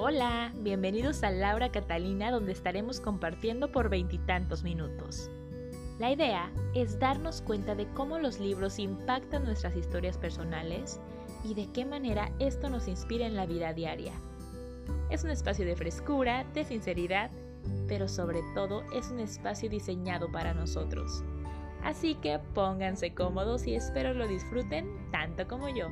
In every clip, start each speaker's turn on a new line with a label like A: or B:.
A: Hola, bienvenidos a Laura Catalina, donde estaremos compartiendo por 20 minutos. La idea es darnos cuenta de cómo los libros impactan nuestras historias personales y de qué manera esto nos inspira en la vida diaria. Es un espacio de frescura, de sinceridad, pero sobre todo es un espacio diseñado para nosotros. Así que pónganse cómodos y espero lo disfruten tanto como yo.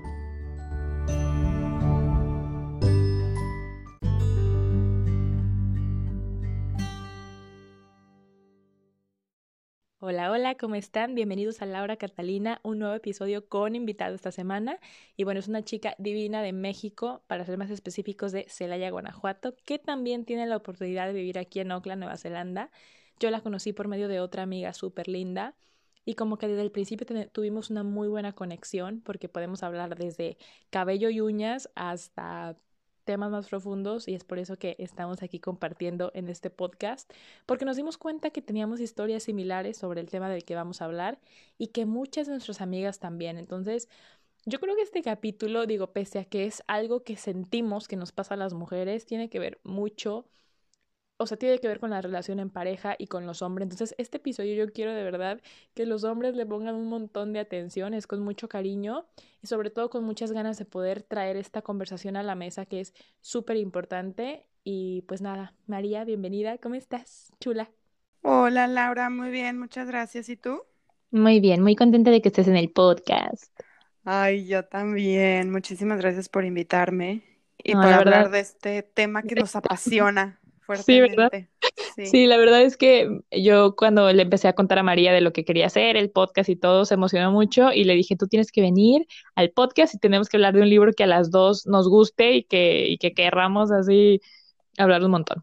A: Hola, hola, ¿cómo están? Bienvenidos a Laura Catalina, un nuevo episodio con invitado esta semana. Y bueno, es una chica divina de México, para ser más específicos de Celaya, Guanajuato, que también tiene la oportunidad de vivir aquí en Auckland, Nueva Zelanda. Yo la conocí por medio de otra amiga súper linda y como que desde el principio tuvimos una muy buena conexión porque podemos hablar desde cabello y uñas hasta temas más profundos y es por eso que estamos aquí compartiendo en este podcast, porque nos dimos cuenta que teníamos historias similares sobre el tema del que vamos a hablar y que muchas de nuestras amigas también. Entonces, yo creo que este capítulo, digo, pese a que es algo que sentimos que nos pasa a las mujeres, tiene que ver mucho, o sea, tiene que ver con la relación en pareja y con los hombres. Entonces, este episodio yo quiero de verdad que los hombres le pongan un montón de atención, es con mucho cariño y sobre todo con muchas ganas de poder traer esta conversación a la mesa que es súper importante. Y pues nada, María, bienvenida, ¿cómo estás? Chula.
B: Hola Laura, muy bien, muchas gracias. ¿Y tú?
A: Muy bien, muy contenta de que estés en el podcast.
B: Ay, yo también. Muchísimas gracias por invitarme y
A: No,
B: por
A: la
B: hablar
A: verdad,
B: de este tema que nos apasiona
A: sí, ¿verdad?
B: fuertemente. Sí.
A: Sí, la verdad es que yo cuando le empecé a contar a María de lo que quería hacer, el podcast y todo, se emocionó mucho y le dije, tú tienes que venir al podcast y tenemos que hablar de un libro que a las dos nos guste y que querramos así hablar un montón.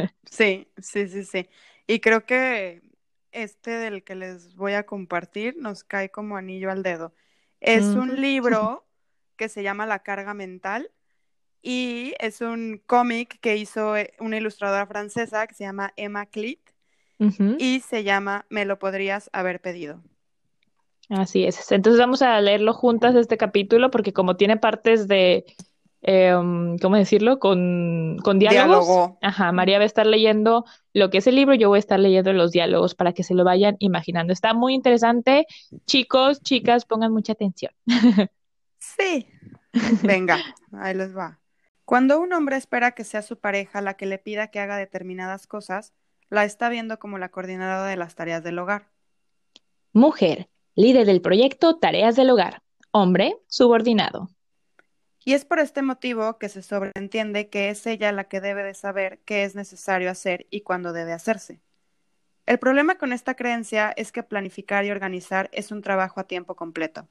B: Sí. Y creo que este del que les voy a compartir nos cae como anillo al dedo. Es
A: Ujú.
B: un libro que se llama La carga mental y es un cómic que hizo una ilustradora francesa que se llama Emma Clit
A: Ujú.
B: y se llama Me lo podrías haber pedido.
A: Así es. Entonces vamos a leerlo juntas este capítulo porque como tiene partes de, ¿cómo decirlo? Con diálogos.
B: Diálogo.
A: Ajá, María va a
B: Ujú.
A: estar leyendo lo que es el libro, yo voy a estar leyendo los diálogos para que se lo vayan imaginando. Está muy interesante. Chicos, chicas, pongan mucha atención.
B: Sí, venga, ahí les va. Cuando un hombre espera que sea su pareja la que le pida que haga determinadas cosas, la está viendo como la coordinadora de las tareas del hogar.
A: Mujer, líder del proyecto Tareas del Hogar. Hombre, subordinado.
B: Y es por este motivo que se sobreentiende que es ella la que debe de saber qué es necesario hacer y cuándo debe hacerse. El problema con esta creencia es que planificar y organizar es un trabajo a tiempo completo.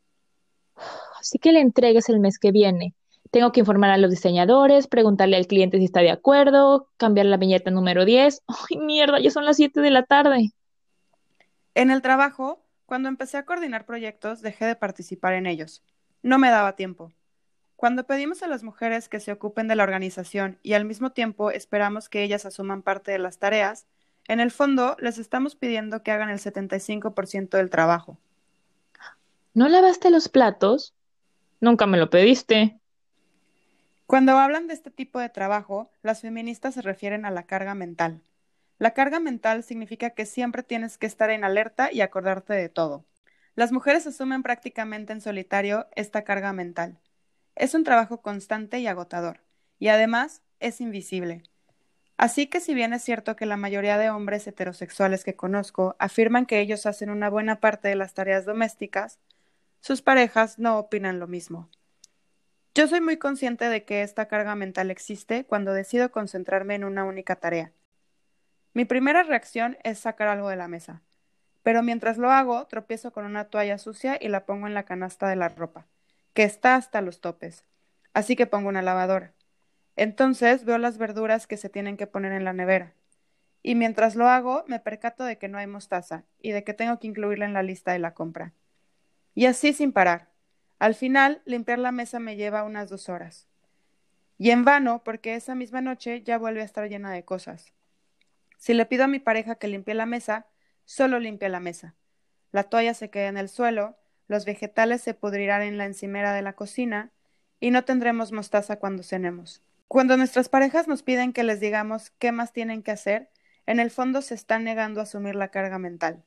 A: Así que le entregues el mes que viene. Tengo que informar a los diseñadores, preguntarle al cliente si está de acuerdo, cambiar la viñeta número 10. ¡Ay, mierda! Ya son las 7 de la tarde.
B: En el trabajo, cuando empecé a coordinar proyectos, dejé de participar en ellos. No me daba tiempo. Cuando pedimos a las mujeres que se ocupen de la organización y al mismo tiempo esperamos que ellas asuman parte de las tareas, en el fondo les estamos pidiendo que hagan el 75% del trabajo.
A: ¿No lavaste los platos? Nunca me lo pediste.
B: Cuando hablan de este tipo de trabajo, las feministas se refieren a la carga mental. La carga mental significa que siempre tienes que estar en alerta y acordarte de todo. Las mujeres asumen prácticamente en solitario esta carga mental. Es un trabajo constante y agotador, y además es invisible. Así que si bien es cierto que la mayoría de hombres heterosexuales que conozco afirman que ellos hacen una buena parte de las tareas domésticas, sus parejas no opinan lo mismo. Yo soy muy consciente de que esta carga mental existe cuando decido concentrarme en una única tarea. Mi primera reacción es sacar algo de la mesa, pero mientras lo hago tropiezo con una toalla sucia y la pongo en la canasta de la ropa, que está hasta los topes. Así que pongo una lavadora. Entonces veo las verduras que se tienen que poner en la nevera. Y mientras lo hago, me percato de que no hay mostaza y de que tengo que incluirla en la lista de la compra. Y así sin parar. Al final, limpiar la mesa me lleva unas 2 horas. Y en vano, porque esa misma noche ya vuelve a estar llena de cosas. Si le pido a mi pareja que limpie la mesa, solo limpia la mesa. La toalla se queda en el suelo, los vegetales se pudrirán en la encimera de la cocina y no tendremos mostaza cuando cenemos. Cuando nuestras parejas nos piden que les digamos qué más tienen que hacer, en el fondo se están negando a asumir la carga mental.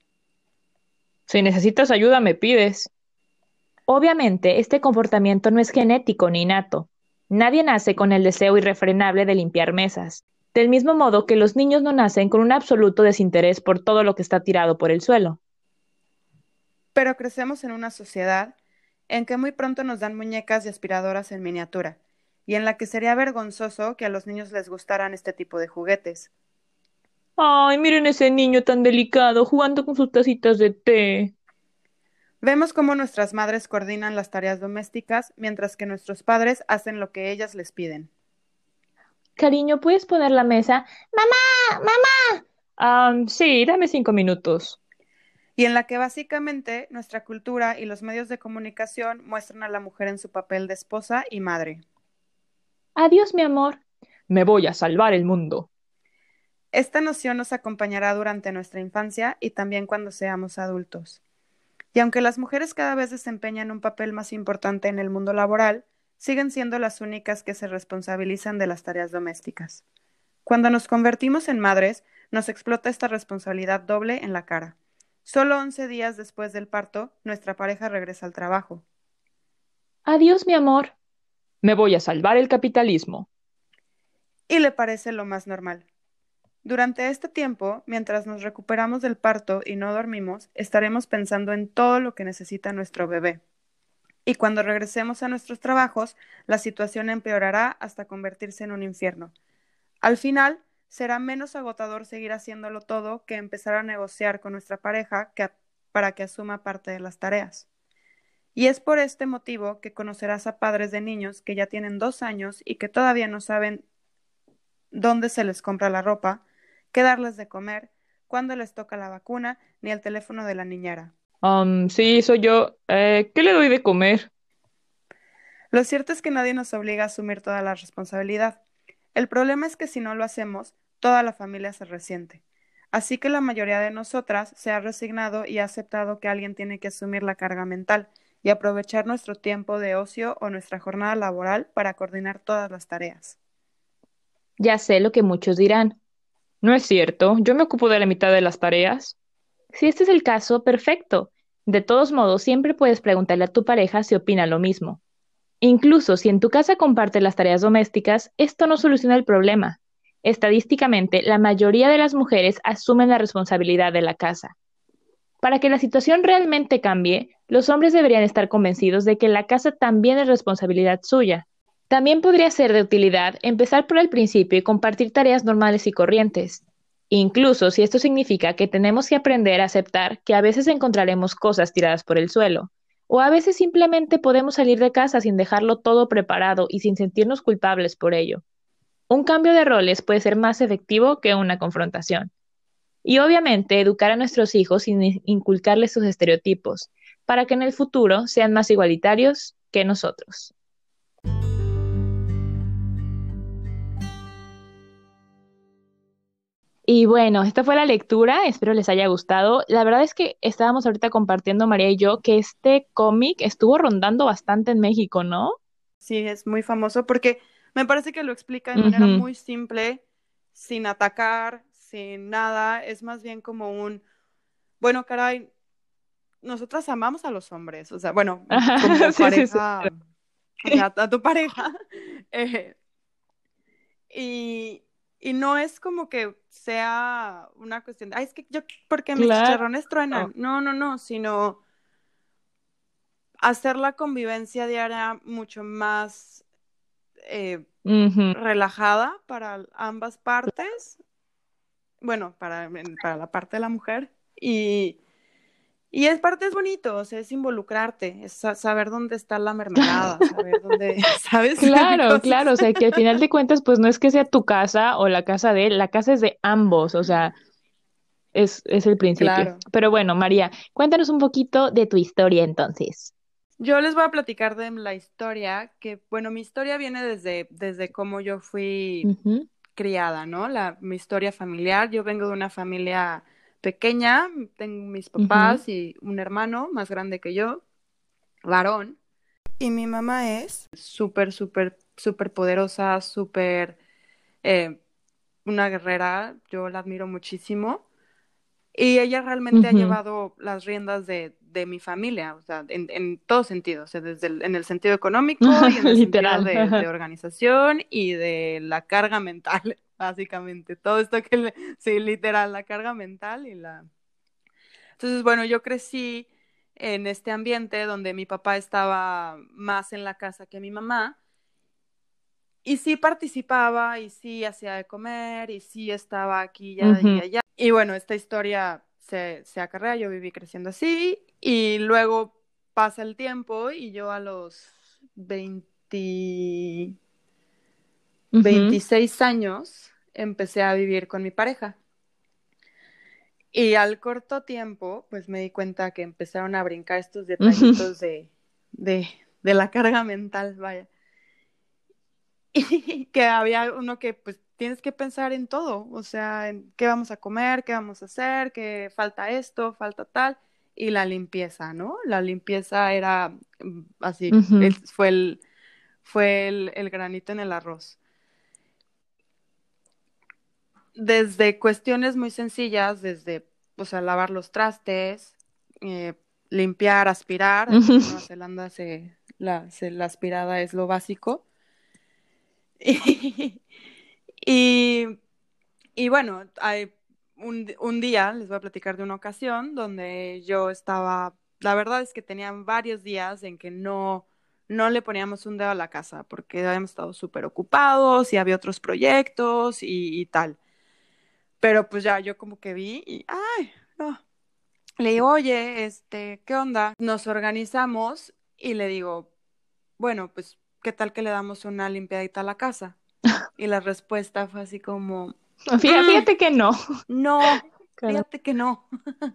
A: Si necesitas ayuda, me pides. Obviamente, este comportamiento no es genético ni innato. Nadie nace con el deseo irrefrenable de limpiar mesas, del mismo modo que los niños no nacen con un absoluto desinterés por todo lo que está tirado por el suelo.
B: Pero crecemos en una sociedad en que muy pronto nos dan muñecas y aspiradoras en miniatura, y en la que sería vergonzoso que a los niños les gustaran este tipo de juguetes.
A: Ay, miren ese niño tan delicado jugando con sus tacitas de té.
B: Vemos cómo nuestras madres coordinan las tareas domésticas mientras que nuestros padres hacen lo que ellas les piden.
A: Cariño, ¿puedes poner la mesa? Mamá, mamá. Sí, dame 5 minutos.
B: Y en la que básicamente nuestra cultura y los medios de comunicación muestran a la mujer en su papel de esposa y madre.
A: Adiós, mi amor. Me voy a salvar el mundo.
B: Esta noción nos acompañará durante nuestra infancia y también cuando seamos adultos. Y aunque las mujeres cada vez desempeñan un papel más importante en el mundo laboral, siguen siendo las únicas que se responsabilizan de las tareas domésticas. Cuando nos convertimos en madres, nos explota esta responsabilidad doble en la cara. Solo 11 días después del parto, nuestra pareja regresa al trabajo.
A: Adiós, mi amor. Me voy a salvar el capitalismo.
B: Y le parece lo más normal. Durante este tiempo, mientras nos recuperamos del parto y no dormimos, estaremos pensando en todo lo que necesita nuestro bebé. Y cuando regresemos a nuestros trabajos, la situación empeorará hasta convertirse en un infierno. Al final, será menos agotador seguir haciéndolo todo que empezar a negociar con nuestra pareja para que asuma parte de las tareas. Y es por este motivo que conocerás a padres de niños que ya tienen 2 años y que todavía no saben dónde se les compra la ropa, qué darles de comer, cuándo les toca la vacuna, ni el teléfono de la niñera.
A: Sí, soy yo. ¿Qué le doy de comer?
B: Lo cierto es que nadie nos obliga a asumir toda la responsabilidad. El problema es que si no lo hacemos, toda la familia se resiente. Así que la mayoría de nosotras se ha resignado y ha aceptado que alguien tiene que asumir la carga mental y aprovechar nuestro tiempo de ocio o nuestra jornada laboral para coordinar todas las tareas.
A: Ya sé lo que muchos dirán. No es cierto, yo me ocupo de la mitad de las tareas. Si este es el caso, perfecto. De todos modos, siempre puedes preguntarle a tu pareja si opina lo mismo. Incluso si en tu casa comparte las tareas domésticas, esto no soluciona el problema. Estadísticamente, la mayoría de las mujeres asumen la responsabilidad de la casa. Para que la situación realmente cambie, los hombres deberían estar convencidos de que la casa también es responsabilidad suya. También podría ser de utilidad empezar por el principio y compartir tareas normales y corrientes, incluso si esto significa que tenemos que aprender a aceptar que a veces encontraremos cosas tiradas por el suelo, o a veces simplemente podemos salir de casa sin dejarlo todo preparado y sin sentirnos culpables por ello. Un cambio de roles puede ser más efectivo que una confrontación. Y obviamente educar a nuestros hijos sin inculcarles sus estereotipos, para que en el futuro sean más igualitarios que nosotros. Y bueno, esta fue la lectura, espero les haya gustado. La verdad es que estábamos ahorita compartiendo María y yo que este cómic estuvo rondando bastante en México, ¿no?
B: Sí, es muy famoso porque me parece que lo explica de manera
A: Ujú.
B: muy simple, sin atacar, sin nada. Es más bien como bueno, caray, nosotras amamos a los hombres, o sea, bueno,
A: Ajá,
B: como
A: sí, sí, sí.
B: pareja, o sea, a tu pareja. eh, y, y no es como que sea una cuestión de, ay, es que yo, porque mis
A: Claro.
B: chicharrones truenan. No, no, no, sino hacer la convivencia diaria mucho más
A: Ujú.
B: relajada para ambas partes, bueno, para la parte de la mujer. Y es parte es bonito, o sea, es involucrarte, es saber dónde está la mermelada, saber dónde, ¿sabes?
A: Claro,
B: Cosas.
A: claro, o sea que al final de cuentas, pues no es que sea tu casa o la casa de él, la casa es de ambos, o sea, es el principio.
B: Claro.
A: Pero bueno, María, cuéntanos un poquito de tu historia entonces.
B: Yo les voy a platicar de la historia, que bueno, mi historia viene desde cómo yo fui
A: Ujú,
B: criada, ¿no? Mi historia familiar. Yo vengo de una familia pequeña, tengo mis
A: ujú.
B: papás y un hermano más grande que yo, varón. Y mi mamá es súper, súper súper poderosa, súper eh, una guerrera, yo la admiro muchísimo. Y ella realmente ha
A: Ujú.
B: llevado las riendas de mi familia, o sea, en todo sentido, o sea, en el sentido económico y en el sentido
A: Literal.
B: de organización y de la carga mental, básicamente. Todo esto sí, literal, la carga mental y la... Entonces, bueno, yo crecí en este ambiente donde mi papá estaba más en la casa que mi mamá. Y sí participaba, y sí hacía de comer, y sí estaba aquí y
A: Ujú.
B: allá. Y bueno, esta historia se acarrea, yo viví creciendo así, y luego pasa el tiempo, y yo a los 20
A: Ujú.
B: 26 años empecé a vivir con mi pareja. Y al corto tiempo, pues me di cuenta que empezaron a brincar estos
A: Ujú.
B: detallitos de, de la carga mental, vaya. Y que había uno que pues tienes que pensar en todo, o sea, en qué vamos a comer, qué vamos a hacer, que falta esto, falta tal, y la limpieza, ¿no? La limpieza era así,
A: Ujú.
B: fue el granito en el arroz. Desde cuestiones muy sencillas, desde, o sea, lavar los trastes, eh, limpiar, aspirar, aquí
A: Ujú.
B: en Nueva Zelanda la aspirada es lo básico. Y, y bueno, hay un día, les voy a platicar de una ocasión donde yo estaba, la verdad es que tenían varios días en que no le poníamos un dedo a la casa porque habíamos estado súper ocupados y había otros proyectos y tal. Pero pues ya yo como que vi y, ay, no. Le digo, oye, ¿qué onda? Nos organizamos y le digo, bueno, pues, ¿qué tal que le damos una limpiadita a la casa? Y la respuesta fue así como, "Mm,
A: Fíjate que no.
B: no,
A: Cara.
B: fíjate que no,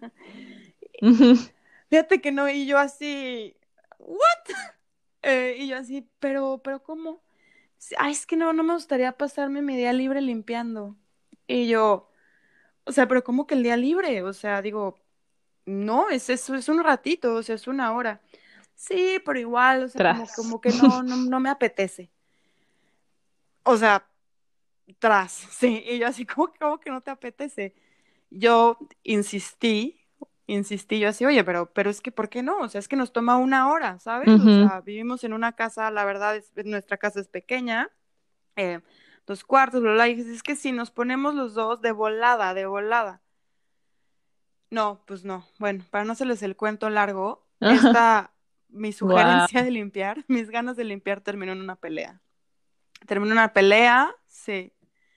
A: Ujú.
B: fíjate que no". Y yo así, ¿what? Y yo así, pero ¿cómo? Ay, es que no me gustaría pasarme mi día libre limpiando. Y yo, o sea, pero ¿cómo que el día libre? O sea, digo, no, eso es un ratito, o sea, es una hora. Sí, pero igual, o sea,
A: Tras.
B: como que no me apetece. O sea, sí. Y yo así, ¿cómo que no te apetece? Yo insistí yo así, oye, pero es que, ¿por qué no? O sea, es que nos toma una hora, ¿sabes? O
A: Ujú.
B: sea, vivimos en una casa, la verdad, nuestra casa es pequeña, eh, 2 cuartos, bla, bla, y dije, es que si nos ponemos los dos de volada, de volada. No, pues no. Bueno, para no hacerles el cuento largo, mi
A: Wow.
B: sugerencia de limpiar, mis ganas de limpiar terminó en una pelea. Terminó en una pelea, sí.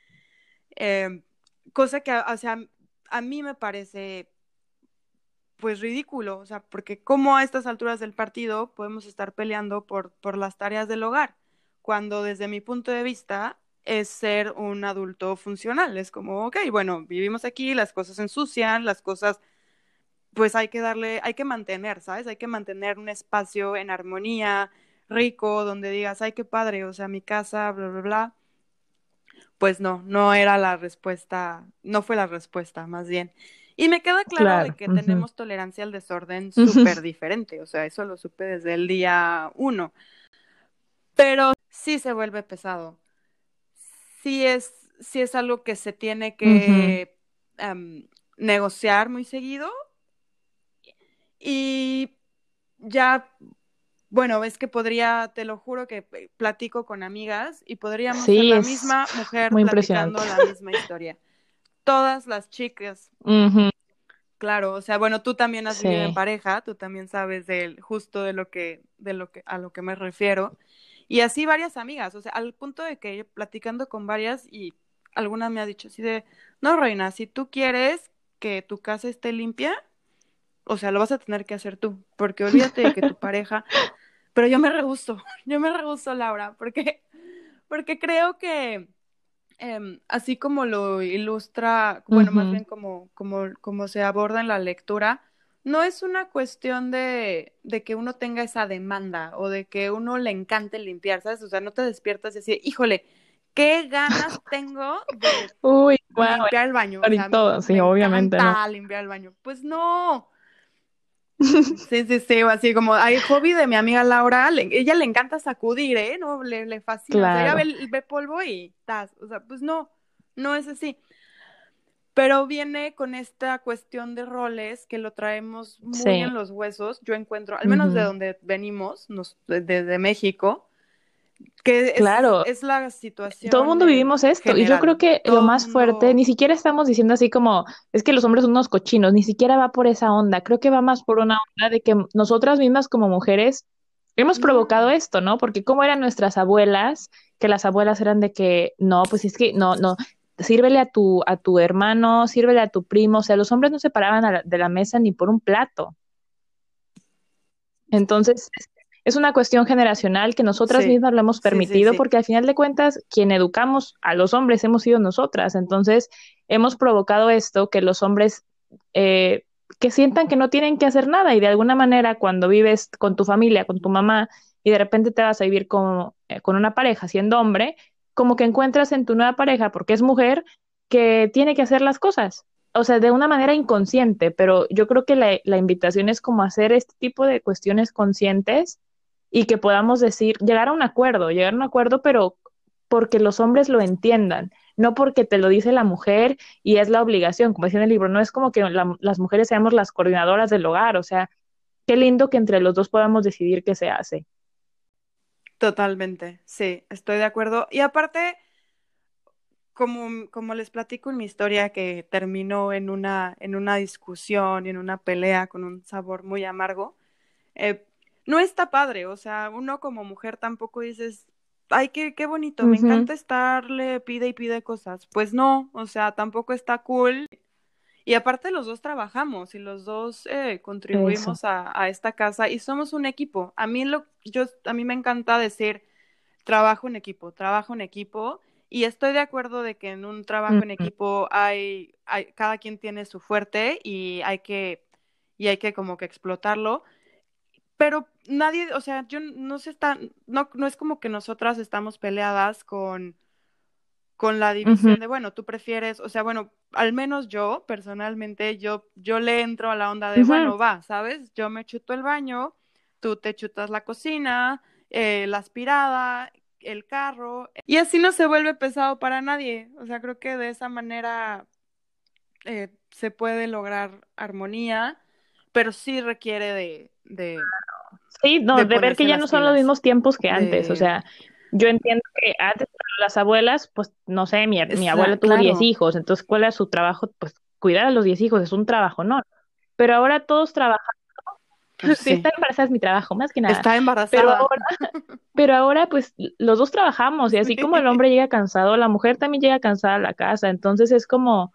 B: Eh, cosa que, o sea, a mí me parece pues ridículo, o sea, porque cómo a estas alturas del partido podemos estar peleando por las tareas del hogar, cuando desde mi punto de vista es ser un adulto funcional, es como, ok, bueno, vivimos aquí, las cosas se ensucian, las cosas, pues hay que mantener, ¿sabes? Hay que mantener un espacio en armonía, rico, donde digas, ay, qué padre, o sea, mi casa, bla, bla, bla. Pues no era la respuesta, no fue la respuesta, más bien. Y me queda claro de
A: Claro.
B: que
A: Ujú.
B: tenemos tolerancia al desorden
A: Ujú.
B: súper diferente, o sea, eso lo supe desde el día uno, pero sí se vuelve pesado, sí es algo que se tiene
A: Ujú.
B: que negociar muy seguido y ya, bueno, es que podría, te lo juro que platico con amigas y podríamos ser
A: Sí,
B: la
A: es
B: misma mujer
A: muy impresionante.
B: platicando la misma historia. Todas las chicas.
A: Ujú.
B: Claro, o sea, bueno, tú también has vivido en
A: Sí.
B: pareja, tú también sabes justo a lo que me refiero. Y así varias amigas, o sea, al punto de que platicando con varias y alguna me ha dicho así de, no, Reina, si tú quieres que tu casa esté limpia, o sea, lo vas a tener que hacer tú, porque olvídate de que tu pareja, pero yo me rehúso, yo me rehúso, Laura, porque creo que así como lo ilustra, bueno, más
A: Ujú.
B: bien como se aborda en la lectura, no es una cuestión de que uno tenga esa demanda o de que uno le encante limpiar, ¿sabes? O sea, no te despiertas y así, híjole, qué ganas tengo de
A: Uy, wow,
B: limpiar el baño, o
A: y
B: sea,
A: todo,
B: me
A: sí, obviamente no.
B: encanta limpiar el baño. Pues no, Sí, sí, sí, o así como, hay hobby de mi amiga Laura, ella le encanta sacudir, ¿eh? No, le fascina, o sea, ella
A: Claro,
B: ve polvo y tas, o sea, pues no, no es así. Pero viene con esta cuestión de roles que lo traemos muy
A: sí,
B: en los huesos, yo encuentro, al menos de
A: ujú,
B: donde venimos, de México, que
A: claro.
B: es la
A: Todo el
B: situación
A: mundo vivimos esto y yo creo
B: general.
A: que lo
B: Todo el
A: más fuerte,
B: mundo...
A: ni siquiera estamos diciendo así como, es que los hombres son unos cochinos, ni siquiera va por esa onda, creo que va más por una onda de que nosotras mismas como mujeres hemos provocado
B: Ujú.
A: esto, ¿no? Porque como eran nuestras abuelas, que las abuelas eran de que, no, pues es que no, no, sírvele a tu hermano, sírvele a tu primo, o sea, los hombres no se paraban de la mesa ni por un plato. Entonces, es una cuestión generacional que nosotras
B: Sí,
A: mismas lo hemos
B: sí, sí,
A: permitido
B: sí,
A: porque al final de cuentas, quien educamos a los hombres hemos sido nosotras. Entonces, hemos provocado esto, que los hombres eh, que sientan que no tienen que hacer nada y de alguna manera cuando vives con tu familia, con tu mamá y de repente te vas a vivir con una pareja siendo hombre, como que encuentras en tu nueva pareja, porque es mujer, que tiene que hacer las cosas, o sea, de una manera inconsciente, pero yo creo que la invitación es como hacer este tipo de cuestiones conscientes y que podamos decir, llegar a un acuerdo, pero porque los hombres lo entiendan, no porque te lo dice la mujer y es la obligación, como decía en el libro, no es como que las mujeres seamos las coordinadoras del hogar, o sea, qué lindo que entre los dos podamos decidir qué se hace.
B: totalmente, sí, estoy de acuerdo. Y aparte, como les platico en mi historia que terminó en una discusión y en una pelea con un sabor muy amargo, eh, no está padre, o sea, uno como mujer tampoco dices, ay, qué bonito, me
A: Ujú,
B: encanta estarle, pide y pide cosas. Pues no, o sea, tampoco está cool. Y aparte los dos trabajamos y los dos
A: eso.
B: contribuimos a esta casa y somos un equipo. A mí me encanta decir trabajo en equipo y estoy de acuerdo de que en un trabajo en
A: Ujú,
B: equipo cada quien tiene su fuerte y hay que como que explotarlo, pero nadie, o sea, yo no se está, no es como que nosotras estamos peleadas con la
A: ujú,
B: división de, bueno, tú prefieres, o sea, bueno, al menos yo, personalmente, yo le entro a la onda de,
A: ujú.
B: bueno, va, ¿sabes? Yo me chuto el baño, tú te chutas la cocina, la aspirada, el carro, y así no se vuelve pesado para nadie. O sea, creo que de esa manera se puede lograr armonía, pero sí requiere
A: Sí, no,
B: de
A: de ver que
B: ponerse
A: ya no
B: las
A: son los
B: pilas.
A: mismos tiempos que antes, o
B: De,
A: sea, yo entiendo que antes para las abuelas, pues no sé, mi abuela tuvo 10
B: claro,
A: hijos, entonces ¿cuál era su trabajo? Pues cuidar a los 10 hijos, es un trabajo, ¿no? Pero ahora todos trabajan,
B: pues
A: si
B: sí,
A: estar embarazada es mi trabajo, más que nada,
B: está
A: pero
B: embarazada.
A: ahora, pero ahora pues los dos trabajamos y así como el
B: Sí.
A: hombre llega cansado, la mujer también llega cansada a la casa, entonces es como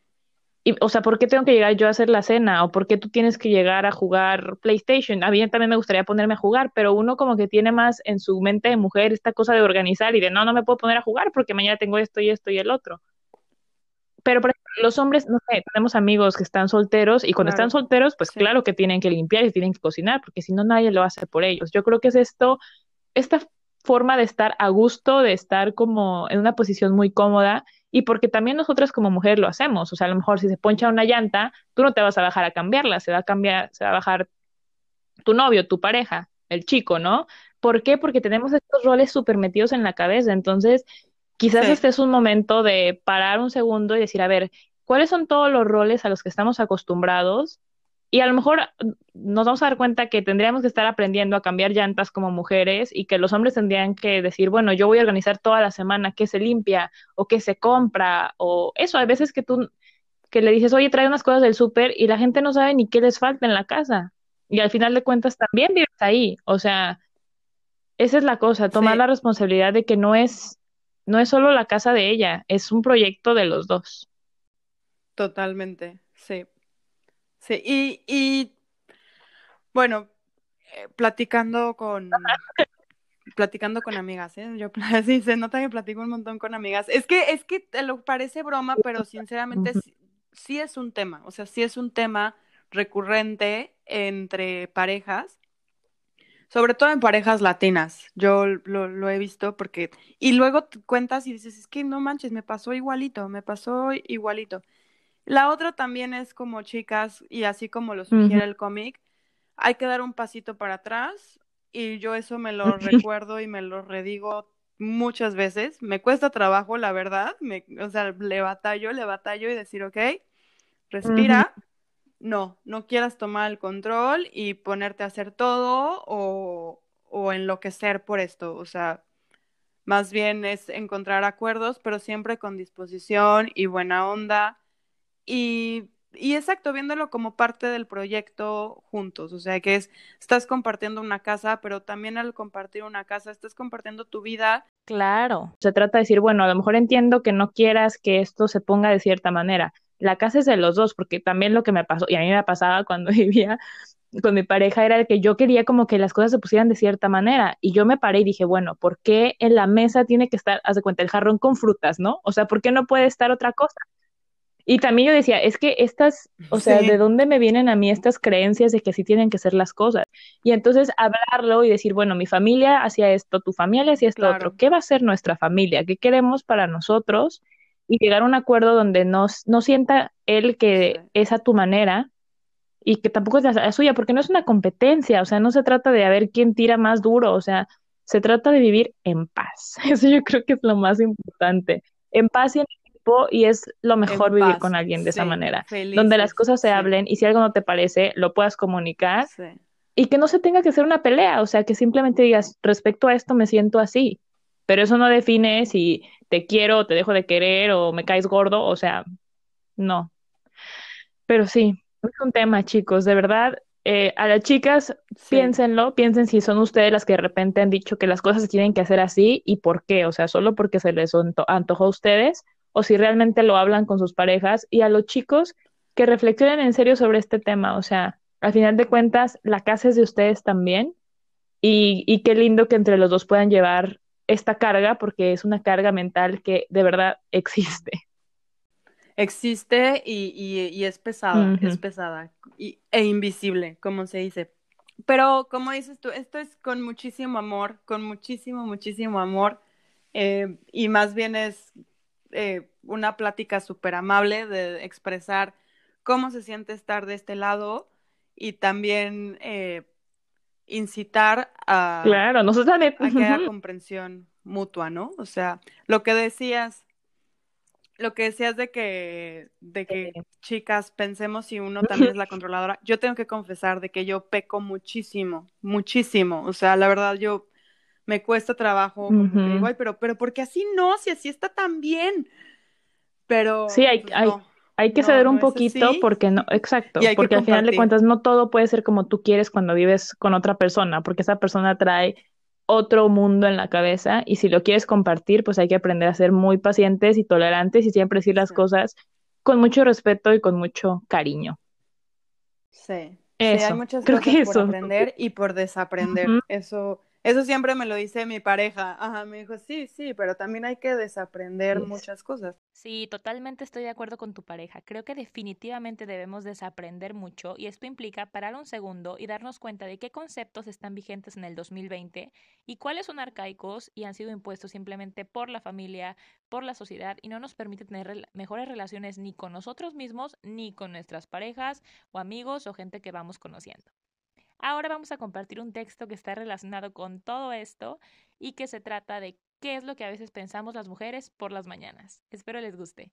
A: o sea, ¿por qué tengo que llegar yo a hacer la cena? ¿O por qué tú tienes que llegar a jugar PlayStation? A mí también me gustaría ponerme a jugar, pero uno como que tiene más en su mente de mujer esta cosa de organizar y de no, no me puedo poner a jugar porque mañana tengo esto y esto y el otro. Pero por ejemplo, los hombres, no sé, tenemos amigos que están solteros y cuando están
B: Claro,
A: solteros, pues
B: sí,
A: claro que tienen que limpiar y tienen que cocinar, porque si no nadie lo hace por ellos. Yo creo que es esto, esta forma de estar a gusto, de estar como en una posición muy cómoda y porque también nosotras como mujer lo hacemos, o sea, a lo mejor si se poncha una llanta, tú no te vas a bajar a cambiarla, se va a cambiar, se va a bajar tu novio, tu pareja, el chico, ¿no? ¿Por qué? Porque tenemos estos roles súper metidos en la cabeza, entonces quizás
B: sí,
A: este es un momento de parar un segundo y decir, a ver, ¿cuáles son todos los roles a los que estamos acostumbrados? Y a lo mejor nos vamos a dar cuenta que tendríamos que estar aprendiendo a cambiar llantas como mujeres y que los hombres tendrían que decir, bueno, yo voy a organizar toda la semana qué se limpia o qué se compra o eso. Hay veces que tú que le dices, oye, trae unas cosas del súper y la gente no sabe ni qué les falta en la casa. Y al final de cuentas también vives ahí. O sea, esa es la cosa, tomar
B: sí,
A: la responsabilidad de que no es solo la casa de ella, es un proyecto de los dos.
B: totalmente, sí, sí. Y bueno, platicando con amigas, ¿eh? Sí, se nota que platico un montón con amigas. Es que te lo parece broma, pero sinceramente
A: Ujú.
B: sí es un tema, o sea, sí es un tema recurrente entre parejas, sobre todo en parejas latinas. Yo lo he visto porque, y luego te cuentas y dices, es que no manches, me pasó igualito. La otra también es como chicas, y así como lo
A: Ujú.
B: sugiere el cómic, hay que dar un pasito para atrás y yo eso me lo recuerdo y me lo redigo muchas veces. Me cuesta trabajo, la verdad, o sea, le batallo y decir, ok, respira, no quieras tomar el control y ponerte a hacer todo o enloquecer por esto, o sea, más bien es encontrar acuerdos, pero siempre con disposición y buena onda y exacto, viéndolo como parte del proyecto juntos, o sea, estás compartiendo una casa, pero también al compartir una casa, estás compartiendo tu vida.
A: Claro, se trata de decir, bueno, a lo mejor entiendo que no quieras que esto se ponga de cierta manera. La casa es de los dos, porque también lo que me pasó, y a mí me pasaba cuando vivía con mi pareja, era el que yo quería como que las cosas se pusieran de cierta manera. Y yo me paré y dije, bueno, ¿por qué en la mesa tiene que estar, haz de cuenta, el jarrón con frutas, ¿no? O sea, ¿por qué no puede estar otra cosa? Y también yo decía, es que estas, o sea, ¿de
B: Sí,
A: dónde me vienen a mí estas creencias de que así tienen que ser las cosas? Y entonces hablarlo y decir, bueno, mi familia hacía esto, tu familia hacía esto otro,
B: claro,
A: ¿qué va a ser nuestra familia? ¿Qué queremos para nosotros? Y llegar a un acuerdo donde no sienta él
B: sí,
A: que es a tu manera y que tampoco es la suya, porque no es una competencia, o sea, no se trata de a ver quién tira más duro, o sea, se trata de vivir en paz. Eso yo creo que es lo más importante. En paz y en equipo, y es lo
B: en
A: mejor vivir con
B: paz,
A: alguien de esa
B: sí,
A: manera, donde las
B: felices,
A: cosas se
B: sí,
A: hablen y si algo no te parece, lo puedas comunicar
B: sí,
A: y que no se tenga que hacer una pelea, o sea, que simplemente digas, respecto a esto me siento así, pero eso no define si te quiero o te dejo de querer o me caes gordo, o sea, no. Pero sí, es un tema, chicos, de verdad. A las chicas,
B: sí,
A: piénsenlo, piensen si son ustedes las que de repente han dicho que las cosas se tienen que hacer así y por qué, o sea, solo porque se les antojó a ustedes o si realmente lo hablan con sus parejas y a los chicos que reflexionen en serio sobre este tema, o sea, al final de cuentas, la casa es de ustedes también y qué lindo que entre los dos puedan llevar esta carga porque es una carga mental que de verdad existe.
B: existe y es
A: Ujú.
B: pesada e invisible, como se dice. Pero como dices tú, esto es con muchísimo amor, con muchísimo, muchísimo amor, y más bien es una plática súper amable de expresar cómo se siente estar de este lado y también incitar
A: Claro, nosotros también.
B: a que haya comprensión mutua, ¿no? O sea, lo que decías lo que decías de que chicas pensemos si uno también es la controladora, yo tengo que confesar de que yo peco muchísimo, muchísimo. O sea, la verdad yo me cuesta trabajo como que digo,
A: Ujú.
B: ay, pero ¿por qué así no? Si así está tan bien.
A: Sí,
B: Pero pues
A: hay que
B: no,
A: ceder un
B: no es
A: poquito
B: así
A: porque no,
B: y
A: exacto,
B: hay que
A: porque al final de
B: compartir.
A: cuentas no todo puede ser como tú quieres cuando vives con otra persona, porque esa persona trae otro mundo en la cabeza y si lo quieres compartir, pues hay que aprender a ser muy pacientes y tolerantes y siempre decir las
B: Sí,
A: cosas con mucho respeto y con mucho cariño.
B: sí, sí, hay
A: Eso,
B: muchas
A: creo
B: cosas
A: que
B: por
A: eso.
B: aprender y por desaprender.
A: Ujú.
B: Eso siempre me lo dice mi pareja. Ajá, me dijo, sí, sí, pero también hay que desaprender
A: Así es.
B: muchas cosas.
A: Sí, totalmente estoy de acuerdo con tu pareja. Creo que definitivamente debemos desaprender mucho y esto implica parar un segundo y darnos cuenta de qué conceptos están vigentes en el 2020 y cuáles son arcaicos y han sido impuestos simplemente por la familia, por la sociedad y no nos permite tener mejores relaciones ni con nosotros mismos ni con nuestras parejas o amigos o gente que vamos conociendo. Ahora vamos a compartir un texto que está relacionado con todo esto y que se trata de qué es lo que a veces pensamos las mujeres por las mañanas. Espero les guste.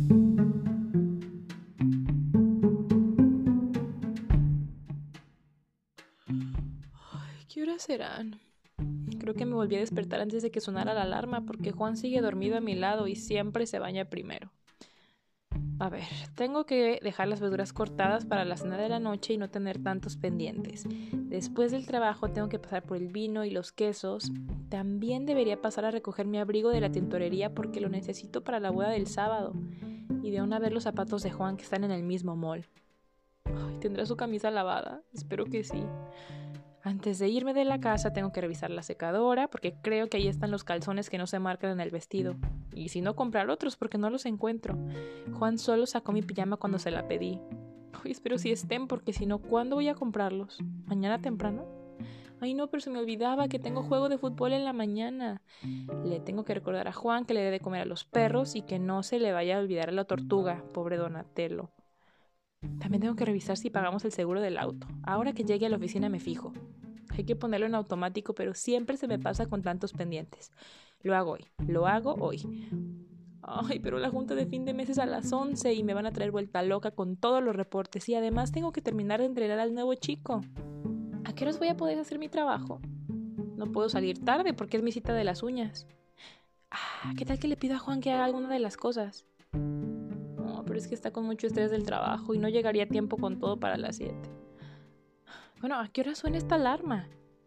A: Ay, ¿qué horas serán? Creo que me volví a despertar antes de que sonara la alarma porque Juan sigue dormido a mi lado y siempre se baña primero. A ver, tengo que dejar las verduras cortadas para la cena de la noche y no tener tantos pendientes. Después del trabajo tengo que pasar por el vino y los quesos. También debería pasar a recoger mi abrigo de la tintorería porque lo necesito para la boda del sábado. Y de una vez los zapatos de Juan que están en el mismo mall. Ay, ¿tendrá su camisa lavada? Espero que sí. Antes de irme de la casa tengo que revisar la secadora porque creo que ahí están los calzones que no se marcan en el vestido. Y si no, comprar otros porque no los encuentro. Juan solo sacó mi pijama cuando se la pedí. Ay, espero si estén porque si no, ¿cuándo voy a comprarlos? ¿Mañana temprano? Ay, no, pero se me olvidaba que tengo juego de fútbol en la mañana. Le tengo que recordar a Juan que le debe comer a los perros y que no se le vaya a olvidar a la tortuga, pobre Donatello. También tengo que revisar si pagamos el seguro del auto. Ahora que llegue a la oficina me fijo. Hay que ponerlo en automático, pero siempre se me pasa con tantos pendientes. Lo hago hoy, lo hago hoy. Ay, pero la junta de fin de mes es a las 11 y me van a traer vuelta loca con todos los reportes y además tengo que terminar de entrenar al nuevo chico. ¿A qué horas voy a poder hacer mi trabajo? No puedo salir tarde porque es mi cita de las uñas. ¿Qué tal que le pido a Juan que haga alguna de las cosas? No, pero es que está con mucho estrés del trabajo y no llegaría a tiempo con todo para las 7. Bueno, ¿a qué hora suena esta alarma?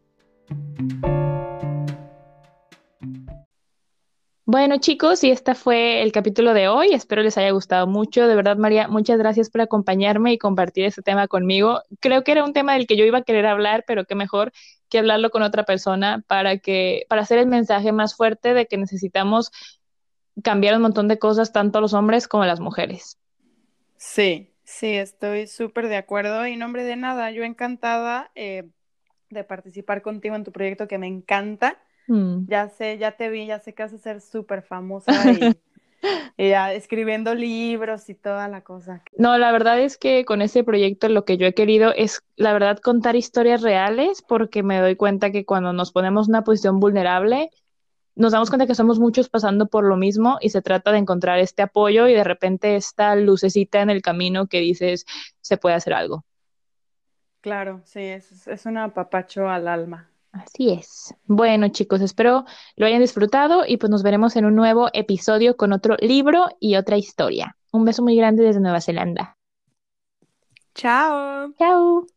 A: Bueno, chicos, y este fue el capítulo de hoy. Espero les haya gustado mucho. De verdad, María, muchas gracias por acompañarme y compartir este tema conmigo. Creo que era un tema del que yo iba a querer hablar, pero qué mejor que hablarlo con otra persona para hacer el mensaje más fuerte de que necesitamos cambiar un montón de cosas, tanto los hombres como las mujeres.
B: Sí, sí, estoy súper de acuerdo y nombre de nada, yo encantada de participar contigo en tu proyecto que me encanta. Ya sé, ya te vi, ya sé que vas a ser súper famosa y ya escribiendo libros y toda la cosa.
A: No, la verdad es que con este proyecto lo que yo he querido es, la verdad, contar historias reales porque me doy cuenta que cuando nos ponemos en una posición vulnerable, nos damos cuenta que somos muchos pasando por lo mismo y se trata de encontrar este apoyo y de repente esta lucecita en el camino que dices, se puede hacer algo.
B: Claro, sí, es un apapacho al alma.
A: Así es. Bueno, chicos, espero lo hayan disfrutado y pues nos veremos en un nuevo episodio con otro libro y otra historia. Un beso muy grande desde Nueva Zelanda.
B: Chao.
A: Chao.